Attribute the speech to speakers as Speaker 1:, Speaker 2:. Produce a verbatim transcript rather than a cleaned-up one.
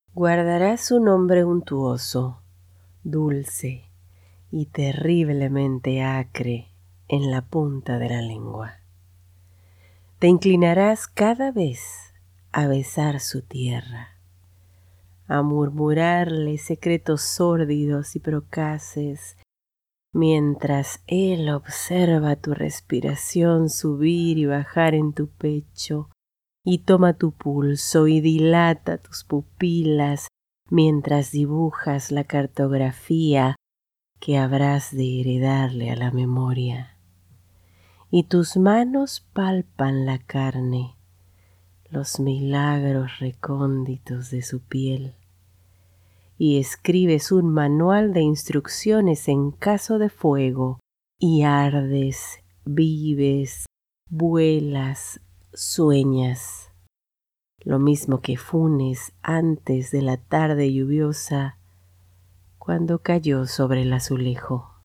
Speaker 1: Guardarás un nombre untuoso, dulce y terriblemente acre en la punta de la lengua. Te inclinarás cada vez a besar su tierra, a murmurarle secretos sórdidos y procaces, mientras él observa tu respiración subir y bajar en tu pecho, y toma tu pulso y dilata tus pupilas mientras dibujas la cartografía que habrás de heredarle a la memoria. Y tus manos palpan la carne, los milagros recónditos de su piel, y escribes un manual de instrucciones en caso de fuego, y ardes, vives, vuelas, sueñas, lo mismo que Funes antes de la tarde lluviosa cuando cayó sobre el azulejo.